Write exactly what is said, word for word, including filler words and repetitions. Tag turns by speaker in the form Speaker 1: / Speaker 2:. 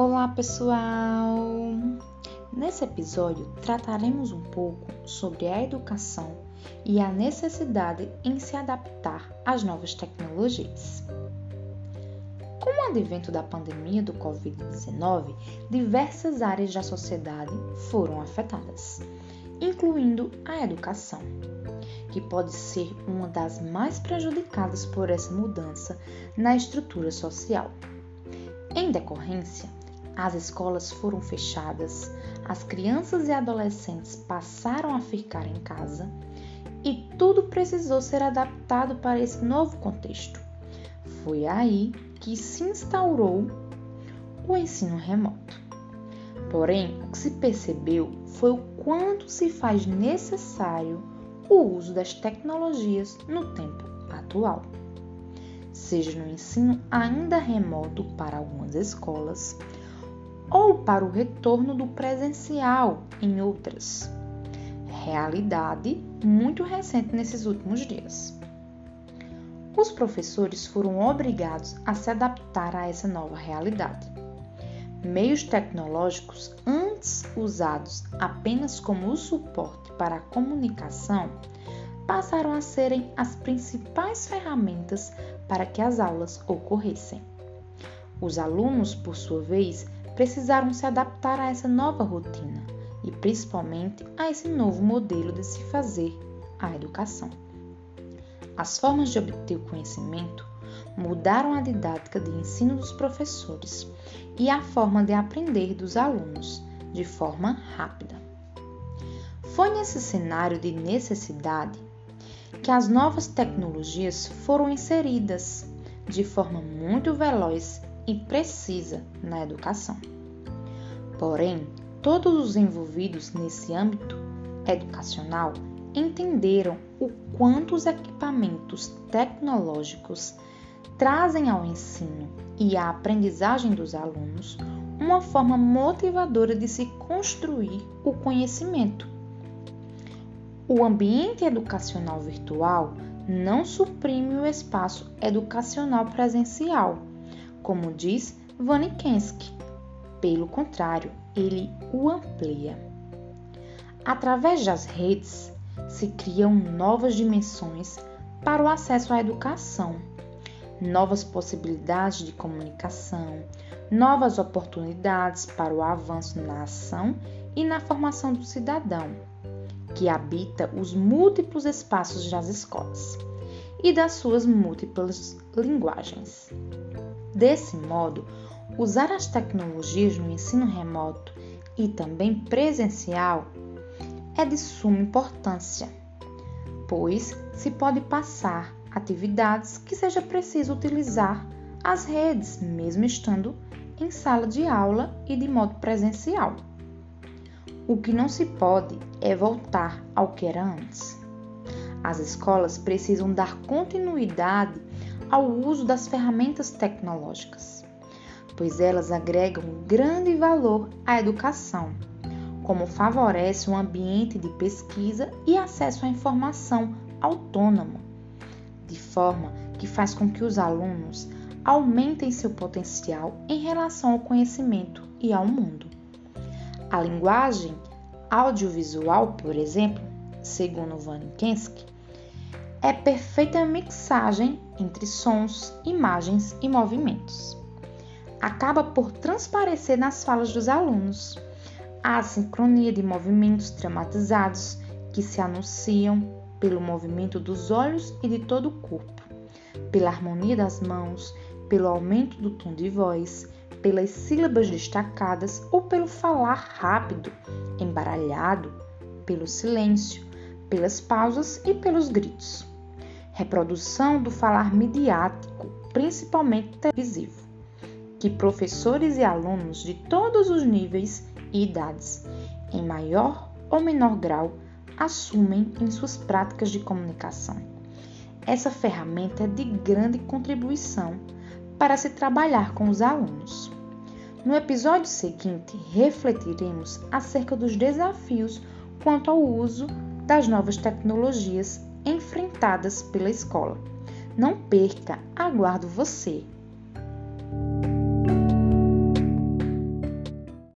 Speaker 1: Olá, pessoal! Nesse episódio, trataremos um pouco sobre a educação e a necessidade em se adaptar às novas tecnologias. Com o advento da pandemia do covid dezenove, diversas áreas da sociedade foram afetadas, incluindo a educação, que pode ser uma das mais prejudicadas por essa mudança na estrutura social. Em decorrência, as escolas foram fechadas, as crianças e adolescentes passaram a ficar em casa e tudo precisou ser adaptado para esse novo contexto. Foi aí que se instaurou o ensino remoto. Porém, o que se percebeu foi o quanto se faz necessário o uso das tecnologias no tempo atual, seja no ensino ainda remoto para algumas escolas, ou para o retorno do presencial em outras. Realidade muito recente nesses últimos dias. Os professores foram obrigados a se adaptar a essa nova realidade. Meios tecnológicos antes usados apenas como suporte para a comunicação passaram a serem as principais ferramentas para que as aulas ocorressem. Os alunos, por sua vez, precisaram se adaptar a essa nova rotina e principalmente a esse novo modelo de se fazer a educação. As formas de obter o conhecimento mudaram a didática de ensino dos professores e a forma de aprender dos alunos de forma rápida. Foi nesse cenário de necessidade que as novas tecnologias foram inseridas de forma muito veloz e precisa na educação. Porém, todos os envolvidos nesse âmbito educacional entenderam o quanto os equipamentos tecnológicos trazem ao ensino e à aprendizagem dos alunos uma forma motivadora de se construir o conhecimento. O ambiente educacional virtual não suprime o espaço educacional presencial, como diz Vanickensky. Pelo contrário, ele o amplia. Através das redes, se criam novas dimensões para o acesso à educação, novas possibilidades de comunicação, novas oportunidades para o avanço na ação e na formação do cidadão, que habita os múltiplos espaços das escolas e das suas múltiplas linguagens. Desse modo, usar as tecnologias no ensino remoto e também presencial é de suma importância, pois se pode passar atividades que seja preciso utilizar as redes, mesmo estando em sala de aula e de modo presencial. O que não se pode é voltar ao que era antes. As escolas precisam dar continuidade ao uso das ferramentas tecnológicas, pois elas agregam grande valor à educação, como favorece um ambiente de pesquisa e acesso à informação autônomo, de forma que faz com que os alunos aumentem seu potencial em relação ao conhecimento e ao mundo. A linguagem audiovisual, por exemplo, segundo Vanickensky, é perfeita mixagem entre sons, imagens e movimentos. Acaba por transparecer nas falas dos alunos a sincronia de movimentos dramatizados que se anunciam pelo movimento dos olhos e de todo o corpo, pela harmonia das mãos, pelo aumento do tom de voz, pelas sílabas destacadas ou pelo falar rápido, embaralhado, pelo silêncio, pelas pausas e pelos gritos. Reprodução do falar midiático, principalmente televisivo, que professores e alunos de todos os níveis e idades, em maior ou menor grau, assumem em suas práticas de comunicação. Essa ferramenta é de grande contribuição para se trabalhar com os alunos. No episódio seguinte, refletiremos acerca dos desafios quanto ao uso das novas tecnologias enfrentadas pela escola. Não perca, aguardo você!